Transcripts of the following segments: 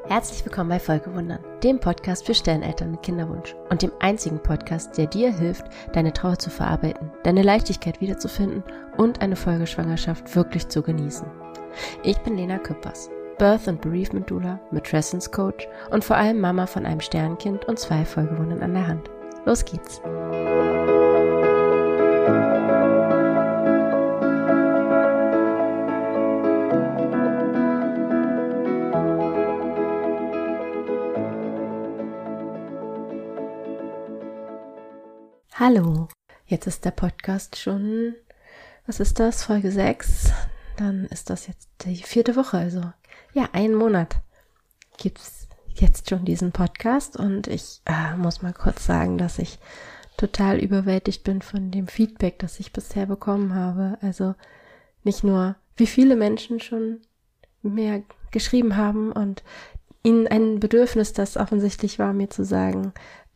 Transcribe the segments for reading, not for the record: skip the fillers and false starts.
Herzlich willkommen bei Folgewundern, dem Podcast für Sterneltern mit Kinderwunsch und dem einzigen Podcast, der dir hilft, deine Trauer zu verarbeiten, deine Leichtigkeit wiederzufinden und eine Folgeschwangerschaft wirklich zu genießen. Ich bin Lena Küppers, Birth- und Bereavement Doula, Matrescence Coach und vor allem Mama von einem Sternkind und 2 Folgewundern an der Hand. Los geht's! Hallo, jetzt ist der Podcast schon, was ist das, Folge 6, dann ist das jetzt die 4. Woche, also ja, 1 Monat gibt's jetzt schon diesen Podcast und ich muss mal kurz sagen, dass ich total überwältigt bin von dem Feedback, das ich bisher bekommen habe, also nicht nur, wie viele Menschen schon mir geschrieben haben und ihnen ein Bedürfnis, das offensichtlich war, mir zu sagen,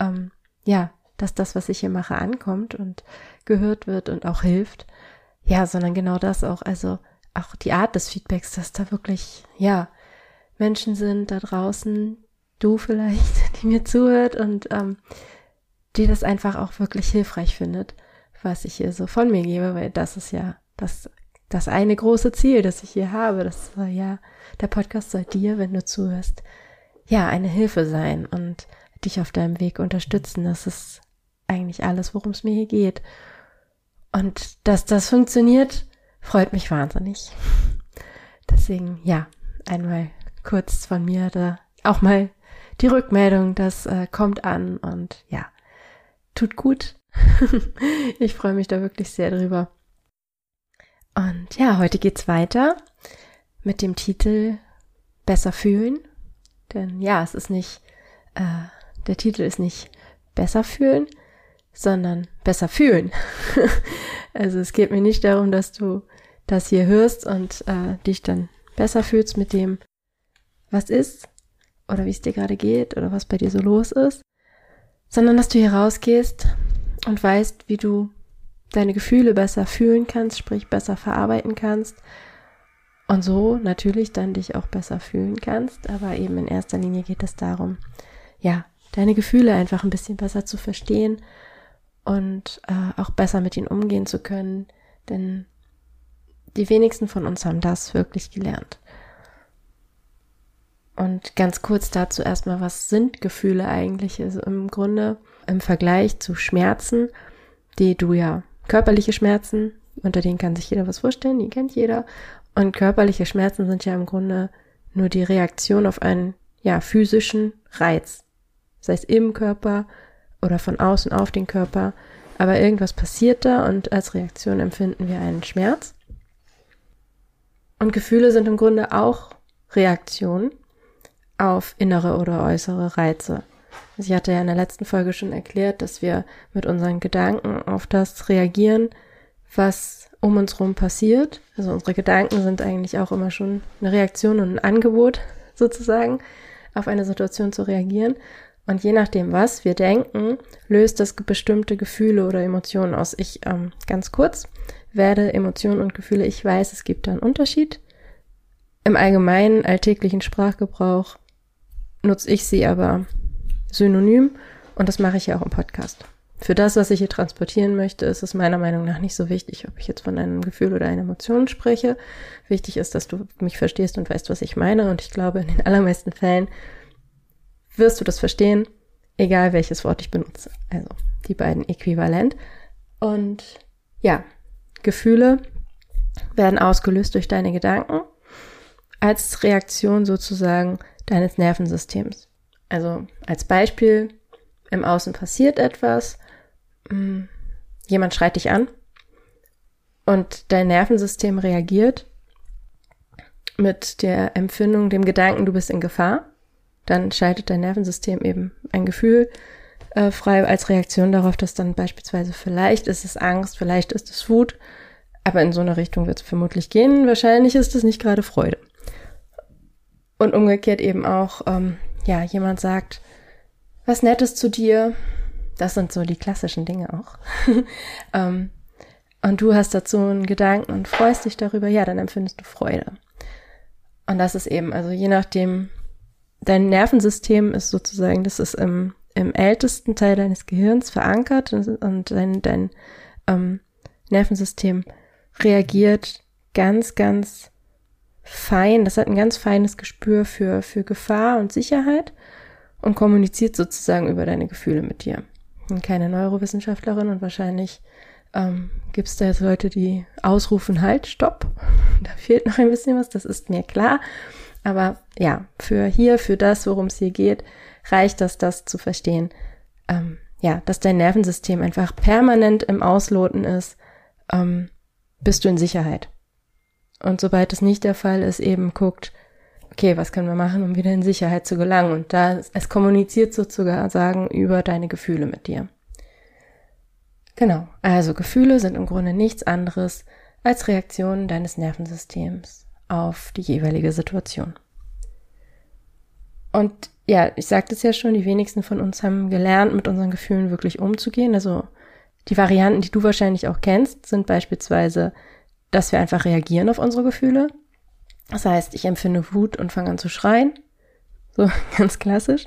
dass das, was ich hier mache, ankommt und gehört wird und auch hilft. Ja, sondern genau das auch, also auch die Art des Feedbacks, dass da wirklich, Menschen sind da draußen, du vielleicht, die mir zuhört und die das einfach auch wirklich hilfreich findet, was ich hier so von mir gebe, weil das ist ja das eine große Ziel, das ich hier habe. Das soll ja, der Podcast soll dir, wenn du zuhörst, eine Hilfe sein und dich auf deinem Weg unterstützen. Das ist eigentlich alles, worum es mir hier geht. Und dass das funktioniert, freut mich wahnsinnig. Deswegen, einmal kurz von mir da auch mal die Rückmeldung, das kommt an und tut gut. Ich freue mich da wirklich sehr drüber. Und heute geht's weiter mit dem Titel Besser fühlen. Denn es ist nicht, der Titel ist nicht Besser fühlen, sondern besser fühlen. Also es geht mir nicht darum, dass du das hier hörst und dich dann besser fühlst mit dem, was ist oder wie es dir gerade geht oder was bei dir so los ist, sondern dass du hier rausgehst und weißt, wie du deine Gefühle besser fühlen kannst, sprich besser verarbeiten kannst und so natürlich dann dich auch besser fühlen kannst, aber eben in erster Linie geht es darum, deine Gefühle einfach ein bisschen besser zu verstehen und auch besser mit ihnen umgehen zu können, denn die wenigsten von uns haben das wirklich gelernt. Und ganz kurz dazu erstmal, was sind Gefühle eigentlich? Also im Grunde im Vergleich zu Schmerzen, die du körperliche Schmerzen, unter denen kann sich jeder was vorstellen, die kennt jeder. Und körperliche Schmerzen sind ja im Grunde nur die Reaktion auf einen physischen Reiz. Das heißt im Körper oder von außen auf den Körper, aber irgendwas passiert da und als Reaktion empfinden wir einen Schmerz. Und Gefühle sind im Grunde auch Reaktionen auf innere oder äußere Reize. Also ich hatte ja in der letzten Folge schon erklärt, dass wir mit unseren Gedanken auf das reagieren, was um uns rum passiert. Also unsere Gedanken sind eigentlich auch immer schon eine Reaktion und ein Angebot sozusagen, auf eine Situation zu reagieren. Und je nachdem, was wir denken, löst das bestimmte Gefühle oder Emotionen aus. Ich, ganz kurz, werde Emotionen und Gefühle, ich weiß, es gibt da einen Unterschied. Im allgemeinen alltäglichen Sprachgebrauch nutze ich sie aber synonym und das mache ich ja auch im Podcast. Für das, was ich hier transportieren möchte, ist es meiner Meinung nach nicht so wichtig, ob ich jetzt von einem Gefühl oder einer Emotion spreche. Wichtig ist, dass du mich verstehst und weißt, was ich meine. Und ich glaube, in den allermeisten Fällen wirst du das verstehen, egal welches Wort ich benutze. Also die beiden äquivalent. Und Gefühle werden ausgelöst durch deine Gedanken als Reaktion sozusagen deines Nervensystems. Also als Beispiel, im Außen passiert etwas, jemand schreit dich an und dein Nervensystem reagiert mit der Empfindung, dem Gedanken, du bist in Gefahr. Dann schaltet dein Nervensystem eben ein Gefühl frei als Reaktion darauf, dass dann beispielsweise vielleicht ist es Angst, vielleicht ist es Wut, aber in so eine Richtung wird es vermutlich gehen. Wahrscheinlich ist es nicht gerade Freude. Und umgekehrt eben auch, jemand sagt was Nettes zu dir. Das sind so die klassischen Dinge auch. Und du hast dazu einen Gedanken und freust dich darüber, dann empfindest du Freude. Und das ist eben, also je nachdem, dein Nervensystem ist sozusagen, das ist im ältesten Teil deines Gehirns verankert und dein Nervensystem reagiert ganz, ganz fein. Das hat ein ganz feines Gespür für Gefahr und Sicherheit und kommuniziert sozusagen über deine Gefühle mit dir. Ich bin keine Neurowissenschaftlerin und wahrscheinlich gibt es da jetzt Leute, die ausrufen, halt, stopp. Da fehlt noch ein bisschen was, das ist mir klar. Aber ja, für das, worum es hier geht, reicht das zu verstehen, dass dein Nervensystem einfach permanent im Ausloten ist, bist du in Sicherheit. Und sobald es nicht der Fall ist, eben guckt, okay, was können wir machen, um wieder in Sicherheit zu gelangen? Und es kommuniziert sozusagen über deine Gefühle mit dir. Genau, also Gefühle sind im Grunde nichts anderes als Reaktionen deines Nervensystems auf die jeweilige Situation. Und ja, ich sagte es ja schon, die wenigsten von uns haben gelernt, mit unseren Gefühlen wirklich umzugehen. Also die Varianten, die du wahrscheinlich auch kennst, sind beispielsweise, dass wir einfach reagieren auf unsere Gefühle. Das heißt, ich empfinde Wut und fange an zu schreien. So ganz klassisch.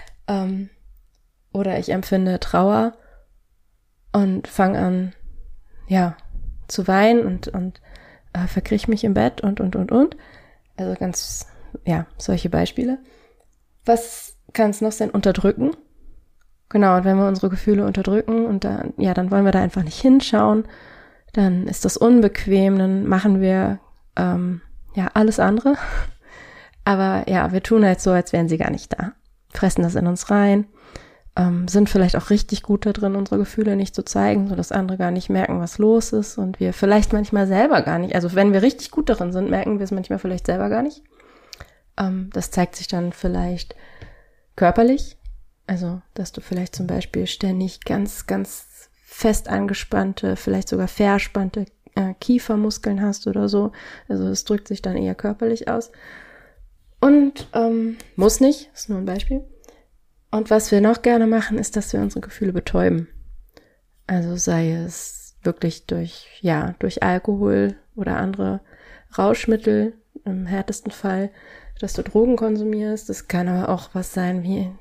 Oder ich empfinde Trauer und fange an, zu weinen und verkrieche mich im Bett und. Also ganz, solche Beispiele. Was kann es noch sein? Unterdrücken. Genau, und wenn wir unsere Gefühle unterdrücken und dann wollen wir da einfach nicht hinschauen, dann ist das unbequem, dann machen wir alles andere. Aber ja, wir tun halt so, als wären sie gar nicht da. Fressen das in uns rein, sind vielleicht auch richtig gut da drin, unsere Gefühle nicht zu zeigen, sodass andere gar nicht merken, was los ist und wir vielleicht manchmal selber gar nicht, also wenn wir richtig gut darin sind, merken wir es manchmal vielleicht selber gar nicht. Das zeigt sich dann vielleicht körperlich, also dass du vielleicht zum Beispiel ständig ganz, ganz fest angespannte, vielleicht sogar verspannte Kiefermuskeln hast oder so. Also es drückt sich dann eher körperlich aus. Und muss nicht, ist nur ein Beispiel. Und was wir noch gerne machen, ist, dass wir unsere Gefühle betäuben. Also sei es wirklich durch Alkohol oder andere Rauschmittel, im härtesten Fall, dass du Drogen konsumierst. Das kann aber auch was sein wie,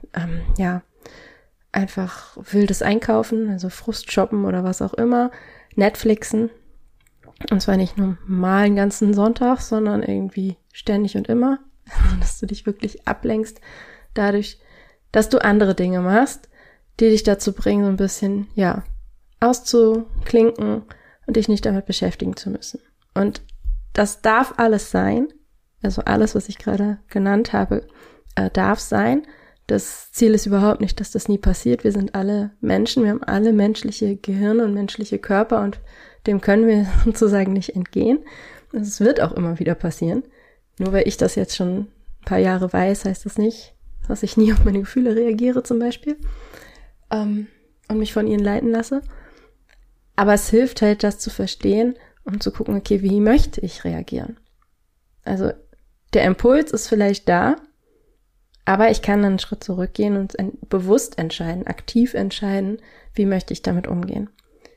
einfach wildes Einkaufen, also Frustshoppen oder was auch immer, Netflixen. Und zwar nicht nur mal einen ganzen Sonntag, sondern irgendwie ständig und immer. Dass du dich wirklich ablenkst dadurch, dass du andere Dinge machst, die dich dazu bringen, so ein bisschen, auszuklinken und dich nicht damit beschäftigen zu müssen. Und das darf alles sein. Also alles, was ich gerade genannt habe, darf sein. Das Ziel ist überhaupt nicht, dass das nie passiert. Wir sind alle Menschen, wir haben alle menschliche Gehirne und menschliche Körper und dem können wir sozusagen nicht entgehen. Es wird auch immer wieder passieren. Nur weil ich das jetzt schon ein paar Jahre weiß, heißt das nicht, dass ich nie auf meine Gefühle reagiere zum Beispiel und mich von ihnen leiten lasse. Aber es hilft halt, das zu verstehen, um zu gucken, okay, wie möchte ich reagieren? Also der Impuls ist vielleicht da, aber ich kann dann einen Schritt zurückgehen und bewusst entscheiden, aktiv entscheiden, wie möchte ich damit umgehen.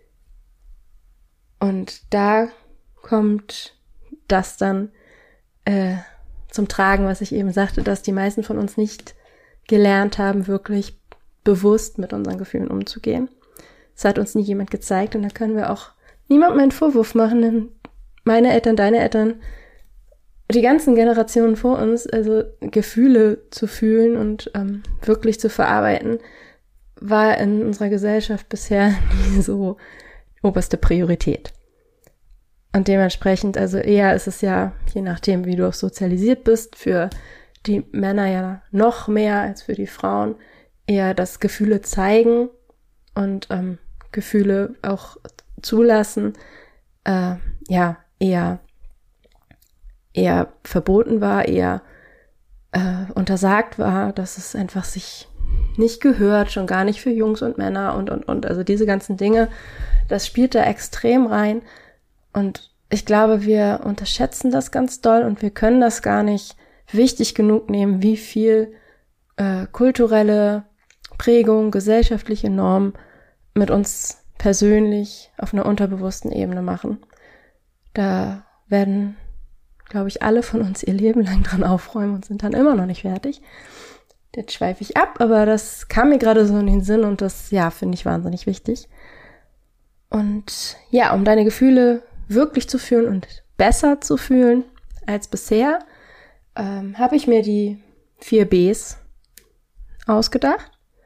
Und da kommt das dann zum Tragen, was ich eben sagte, dass die meisten von uns nicht gelernt haben, wirklich bewusst mit unseren Gefühlen umzugehen. Das hat uns nie jemand gezeigt und da können wir auch niemandem einen Vorwurf machen, denn meine Eltern, deine Eltern, die ganzen Generationen vor uns, also Gefühle zu fühlen und wirklich zu verarbeiten, war in unserer Gesellschaft bisher nie so oberste Priorität. Und dementsprechend, also eher ist es ja, je nachdem, wie du auch sozialisiert bist, für die Männer ja noch mehr als für die Frauen, eher das Gefühle zeigen und Gefühle auch zulassen, eher verboten war, eher untersagt war, dass es einfach sich nicht gehört, schon gar nicht für Jungs und Männer und. Also diese ganzen Dinge, das spielt da extrem rein. Und ich glaube, wir unterschätzen das ganz doll und wir können das gar nicht wichtig genug nehmen, wie viel kulturelle Prägung, gesellschaftliche Normen mit uns persönlich auf einer unterbewussten Ebene machen. Da werden, glaube ich, alle von uns ihr Leben lang dran aufräumen und sind dann immer noch nicht fertig. Jetzt schweife ich ab, aber das kam mir gerade so in den Sinn und das, ja, finde ich wahnsinnig wichtig. Und ja, um deine Gefühle wirklich zu fühlen und besser zu fühlen als bisher, habe ich mir die 4 Bs ausgedacht.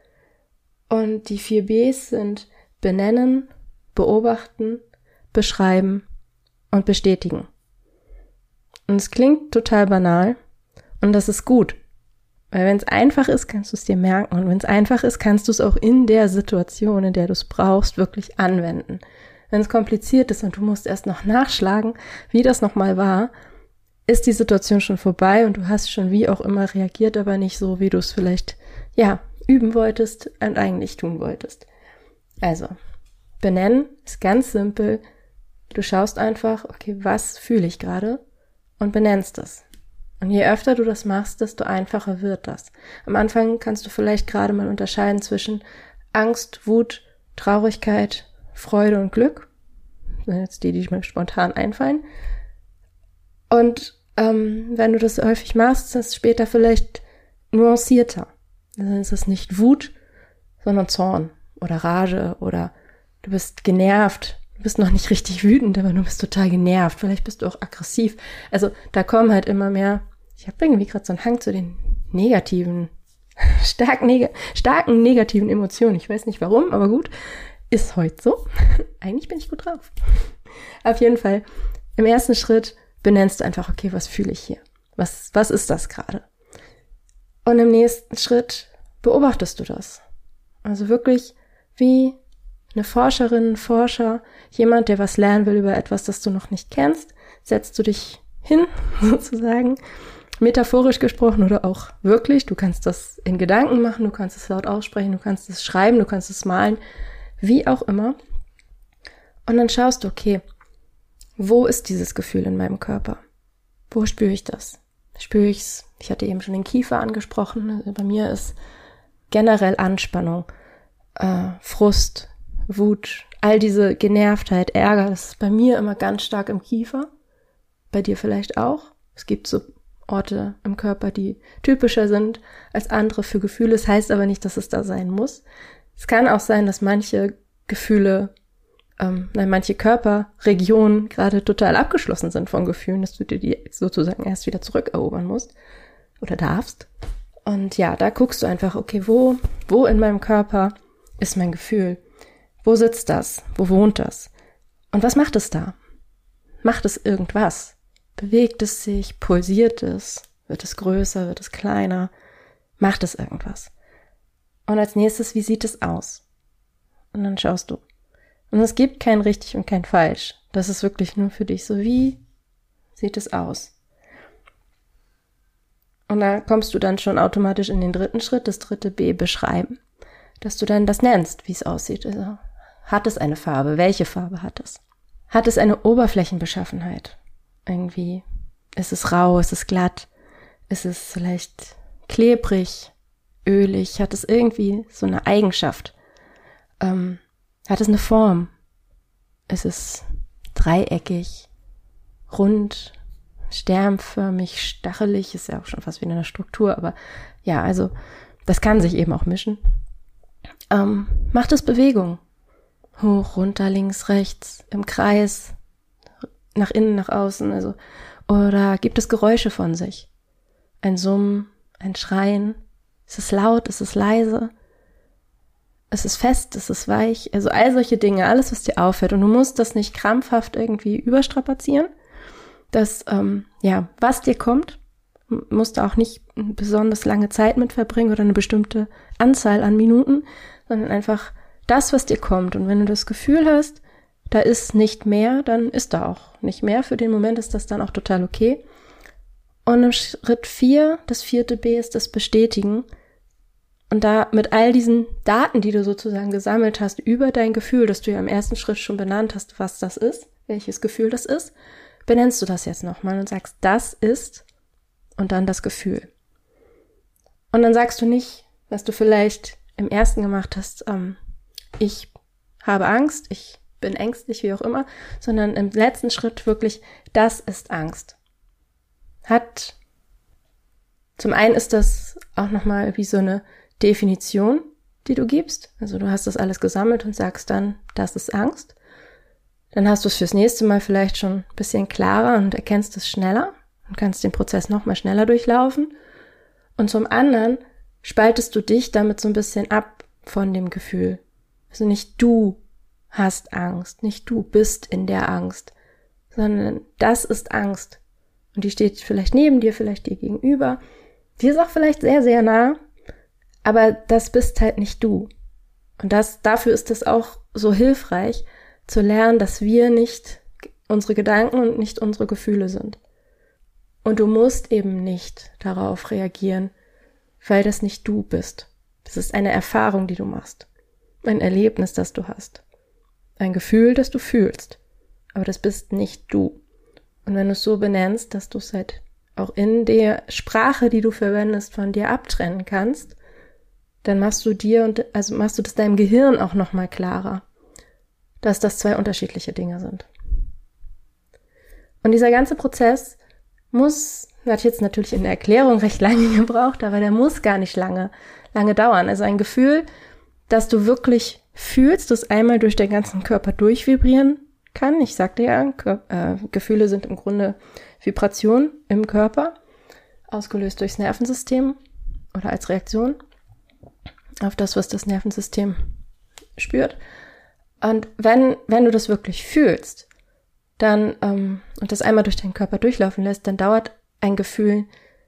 Und die 4 Bs sind benennen, beobachten, beschreiben und bestätigen. Und es klingt total banal und das ist gut. Weil wenn es einfach ist, kannst du es dir merken. Und wenn es einfach ist, kannst du es auch in der Situation, in der du es brauchst, wirklich anwenden. Wenn es kompliziert ist und du musst erst noch nachschlagen, wie das nochmal war, ist die Situation schon vorbei und du hast schon wie auch immer reagiert, aber nicht so, wie du es vielleicht, ja, üben wolltest und eigentlich tun wolltest. Also, benennen ist ganz simpel. Du schaust einfach, okay, was fühle ich gerade und benennst es. Und je öfter du das machst, desto einfacher wird das. Am Anfang kannst du vielleicht gerade mal unterscheiden zwischen Angst, Wut, Traurigkeit, Freude und Glück. Das sind jetzt die mir spontan einfallen. Und wenn du das häufig machst, ist es später vielleicht nuancierter. Dann ist es nicht Wut, sondern Zorn oder Rage oder du bist genervt. Du bist noch nicht richtig wütend, aber du bist total genervt. Vielleicht bist du auch aggressiv. Also da kommen halt immer mehr, ich habe irgendwie gerade so einen Hang zu den negativen, starken negativen Emotionen. Ich weiß nicht warum, aber gut, ist heute so. Eigentlich bin ich gut drauf. Auf jeden Fall, im ersten Schritt benennst du einfach, okay, was fühle ich hier? Was ist das gerade? Und im nächsten Schritt beobachtest du das. Also wirklich wie eine Forscherin, Forscher, jemand, der was lernen will über etwas, das du noch nicht kennst, setzt du dich hin, sozusagen, metaphorisch gesprochen oder auch wirklich. Du kannst das in Gedanken machen, du kannst es laut aussprechen, du kannst es schreiben, du kannst es malen, wie auch immer. Und dann schaust du, okay, wo ist dieses Gefühl in meinem Körper? Wo spüre ich das? Spüre ich es? Ich hatte eben schon den Kiefer angesprochen. Also bei mir ist generell Anspannung, Frust, Wut, all diese Genervtheit, Ärger, das ist bei mir immer ganz stark im Kiefer. Bei dir vielleicht auch. Es gibt so Orte im Körper, die typischer sind als andere für Gefühle. Das heißt aber nicht, dass es da sein muss. Es kann auch sein, dass manche Gefühle, manche Körperregionen gerade total abgeschlossen sind von Gefühlen, dass du dir die sozusagen erst wieder zurückerobern musst oder darfst. Und ja, da guckst du einfach, okay, wo in meinem Körper ist mein Gefühl? Wo sitzt das? Wo wohnt das? Und was macht es da? Macht es irgendwas? Bewegt es sich? Pulsiert es? Wird es größer? Wird es kleiner? Macht es irgendwas? Und als nächstes, wie sieht es aus? Und dann schaust du. Und es gibt kein richtig und kein falsch. Das ist wirklich nur für dich so, wie sieht es aus? Und da kommst du dann schon automatisch in den dritten Schritt, das dritte B, beschreiben. Dass du dann das nennst, wie es aussieht. Also, hat es eine Farbe? Welche Farbe hat es? Hat es eine Oberflächenbeschaffenheit? Irgendwie, ist es rau, ist es glatt? Ist es vielleicht klebrig, ölig? Hat es irgendwie so eine Eigenschaft? Hat es eine Form? Ist es dreieckig, rund, sternförmig, stachelig? Ist ja auch schon fast wie eine Struktur, aber ja, also das kann sich eben auch mischen. Macht es Bewegung? Hoch, runter, links, rechts, im Kreis, nach innen, nach außen, also, oder gibt es Geräusche von sich? Ein Summen, ein Schreien? Ist es laut? Ist es leise? Ist es fest? Ist es weich? Also all solche Dinge, alles, was dir auffällt. Und du musst das nicht krampfhaft irgendwie überstrapazieren. Das, was dir kommt, musst du auch nicht eine besonders lange Zeit mit verbringen oder eine bestimmte Anzahl an Minuten, sondern einfach das, was dir kommt. Und wenn du das Gefühl hast, da ist nicht mehr, dann ist da auch nicht mehr. Für den Moment ist das dann auch total okay. Und im Schritt 4, das 4. B, ist das Bestätigen. Und da mit all diesen Daten, die du sozusagen gesammelt hast über dein Gefühl, das du ja im ersten Schritt schon benannt hast, was das ist, welches Gefühl das ist, benennst du das jetzt nochmal und sagst, das ist und dann das Gefühl. Und dann sagst du nicht, was du vielleicht im ersten gemacht hast, ich habe Angst, ich bin ängstlich, wie auch immer, sondern im letzten Schritt wirklich, das ist Angst. zum einen ist das auch nochmal wie so eine Definition, die du gibst. Also du hast das alles gesammelt und sagst dann, das ist Angst. Dann hast du es fürs nächste Mal vielleicht schon ein bisschen klarer und erkennst es schneller und kannst den Prozess nochmal schneller durchlaufen. Und zum anderen spaltest du dich damit so ein bisschen ab von dem Gefühl. Also nicht du hast Angst, nicht du bist in der Angst, sondern das ist Angst. Und die steht vielleicht neben dir, vielleicht dir gegenüber. Die ist auch vielleicht sehr, sehr nah, aber das bist halt nicht du. Und dafür ist es auch so hilfreich, zu lernen, dass wir nicht unsere Gedanken und nicht unsere Gefühle sind. Und du musst eben nicht darauf reagieren, weil das nicht du bist. Das ist eine Erfahrung, die du machst. Ein Erlebnis, das du hast. Ein Gefühl, das du fühlst. Aber das bist nicht du. Und wenn du es so benennst, dass du es halt auch in der Sprache, die du verwendest, von dir abtrennen kannst, dann machst du das deinem Gehirn auch nochmal klarer, dass das zwei unterschiedliche Dinge sind. Und dieser ganze Prozess hat jetzt natürlich in der Erklärung recht lange gebraucht, aber der muss gar nicht lange dauern. Also ein Gefühl, das du wirklich fühlst, das einmal durch den ganzen Körper durchvibrieren kann. Ich sagte ja, Gefühle sind im Grunde Vibrationen im Körper, ausgelöst durchs Nervensystem oder als Reaktion auf das, was das Nervensystem spürt. Und wenn du das wirklich fühlst, dann und das einmal durch deinen Körper durchlaufen lässt, dann dauert ein Gefühl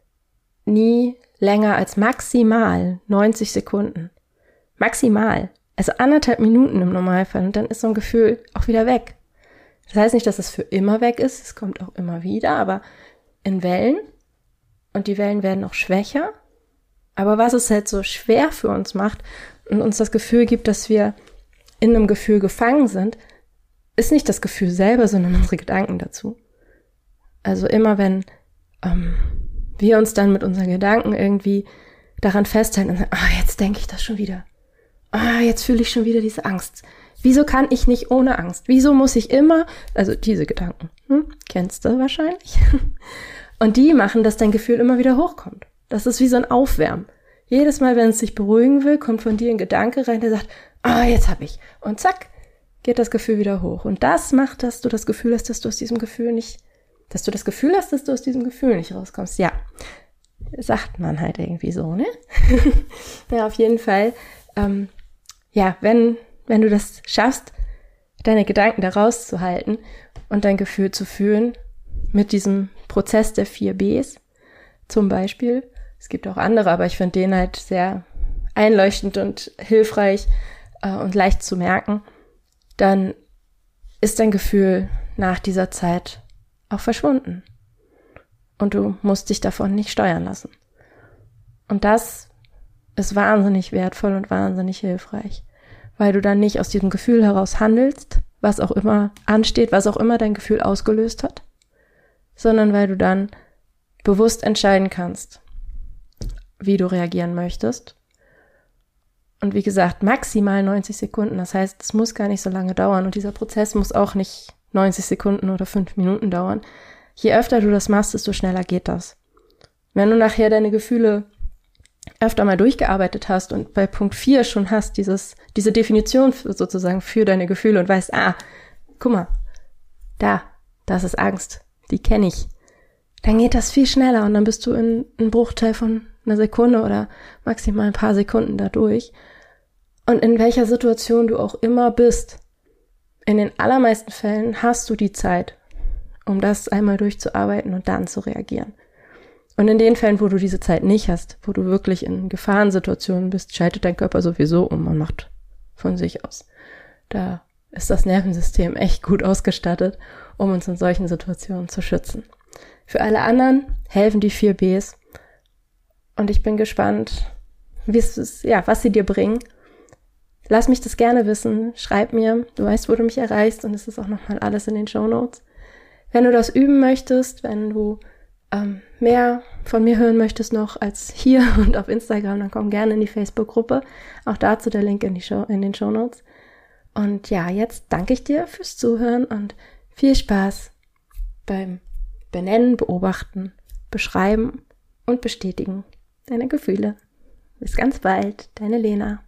nie länger als maximal 90 Sekunden. Maximal. Also 1,5 Minuten im Normalfall. Und dann ist so ein Gefühl auch wieder weg. Das heißt nicht, dass es für immer weg ist. Es kommt auch immer wieder, aber in Wellen. Und die Wellen werden auch schwächer. Aber was es halt so schwer für uns macht und uns das Gefühl gibt, dass wir in einem Gefühl gefangen sind, ist nicht das Gefühl selber, sondern unsere Gedanken dazu. Also immer wenn wir uns dann mit unseren Gedanken irgendwie daran festhalten und sagen, jetzt denke ich das schon wieder. Jetzt fühle ich schon wieder diese Angst. Wieso kann ich nicht ohne Angst? Wieso muss ich immer, also diese Gedanken, kennst du wahrscheinlich. Und die machen, dass dein Gefühl immer wieder hochkommt. Das ist wie so ein Aufwärmen. Jedes Mal, wenn es sich beruhigen will, kommt von dir ein Gedanke rein, der sagt, jetzt hab ich. Und zack, geht das Gefühl wieder hoch. Und das macht, dass du das Gefühl hast, dass du aus diesem Gefühl nicht rauskommst. Ja, sagt man halt irgendwie so, ne? Ja, auf jeden Fall. Wenn du das schaffst, deine Gedanken da rauszuhalten und dein Gefühl zu fühlen mit diesem Prozess der 4 Bs zum Beispiel. Es gibt auch andere, aber ich finde den halt sehr einleuchtend und hilfreich und leicht zu merken. Dann ist dein Gefühl nach dieser Zeit auch verschwunden. Und du musst dich davon nicht steuern lassen. Und das ist wahnsinnig wertvoll und wahnsinnig hilfreich, weil du dann nicht aus diesem Gefühl heraus handelst, was auch immer ansteht, was auch immer dein Gefühl ausgelöst hat, sondern weil du dann bewusst entscheiden kannst, wie du reagieren möchtest. Und wie gesagt, maximal 90 Sekunden. Das heißt, es muss gar nicht so lange dauern und dieser Prozess muss auch nicht 90 Sekunden oder 5 Minuten dauern. Je öfter du das machst, desto schneller geht das. Wenn du nachher deine Gefühle öfter mal durchgearbeitet hast und bei Punkt 4 schon hast, diese Definition sozusagen für deine Gefühle und weißt, guck mal, das ist Angst, die kenne ich. Dann geht das viel schneller und dann bist du in einem Bruchteil von einer Sekunde oder maximal ein paar Sekunden da durch. Und in welcher Situation du auch immer bist, in den allermeisten Fällen hast du die Zeit, um das einmal durchzuarbeiten und dann zu reagieren. Und in den Fällen, wo du diese Zeit nicht hast, wo du wirklich in Gefahrensituationen bist, schaltet dein Körper sowieso um und macht von sich aus. Da ist das Nervensystem echt gut ausgestattet, um uns in solchen Situationen zu schützen. Für alle anderen helfen die 4 Bs. Und ich bin gespannt, was sie dir bringen. Lass mich das gerne wissen. Schreib mir. Du weißt, wo du mich erreichst. Und es ist auch nochmal alles in den Shownotes. Wenn du das üben möchtest, wenn du mehr von mir hören möchtest noch als hier und auf Instagram, dann komm gerne in die Facebook-Gruppe. Auch dazu der Link in den Shownotes. Und ja, jetzt danke ich dir fürs Zuhören und viel Spaß beim Benennen, Beobachten beschreiben und bestätigen deine Gefühle. Bis ganz bald, deine Lena.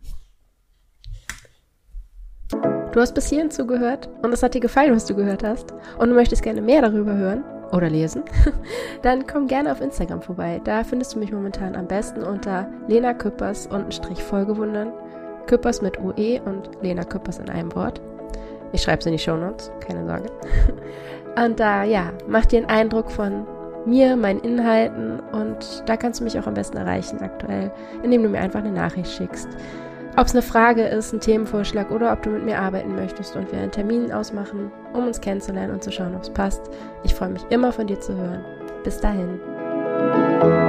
Du hast bis hierhin zugehört und es hat dir gefallen, was du gehört hast und du möchtest gerne mehr darüber hören oder lesen, dann komm gerne auf Instagram vorbei. Da findest du mich momentan am besten unter Lena Küppers _Folgewundern. Küppers mit UE und Lena Küppers in einem Wort. Ich schreibe es in die Shownotes, keine Sorge. Und da, mach dir einen Eindruck von mir, meinen Inhalten und da kannst du mich auch am besten erreichen aktuell, indem du mir einfach eine Nachricht schickst. Ob es eine Frage ist, ein Themenvorschlag oder ob du mit mir arbeiten möchtest und wir einen Termin ausmachen, um uns kennenzulernen und zu schauen, ob es passt. Ich freue mich immer von dir zu hören. Bis dahin.